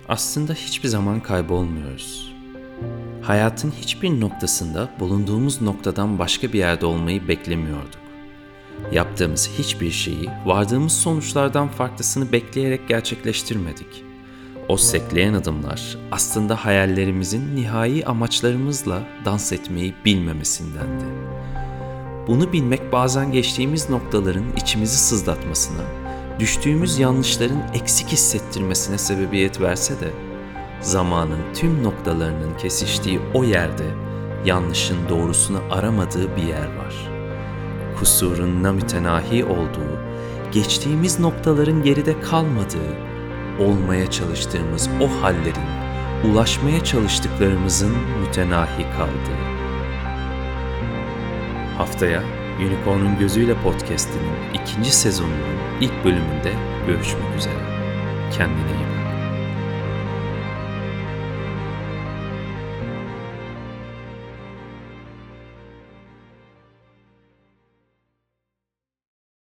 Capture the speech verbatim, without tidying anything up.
Aslında hiçbir zaman kaybolmuyoruz. Hayatın hiçbir noktasında bulunduğumuz noktadan başka bir yerde olmayı beklemiyorduk. Yaptığımız hiçbir şeyi vardığımız sonuçlardan farklısını bekleyerek gerçekleştirmedik. O sekleyen adımlar aslında hayallerimizin nihai amaçlarımızla dans etmeyi bilmemesindendi. Bunu bilmek bazen geçtiğimiz noktaların içimizi sızlatmasına, düştüğümüz yanlışların eksik hissettirmesine sebebiyet verse de, zamanın tüm noktalarının kesiştiği o yerde yanlışın doğrusunu aramadığı bir yer var. Kusurun namütenahi olduğu, geçtiğimiz noktaların geride kalmadığı, olmaya çalıştığımız o hallerin, ulaşmaya çalıştıklarımızın mütenahi kaldığı. Haftaya Unicorn'un Gözüyle Podcast'inin ikinci sezonunun ilk bölümünde görüşmek üzere. Kendine iyi bak.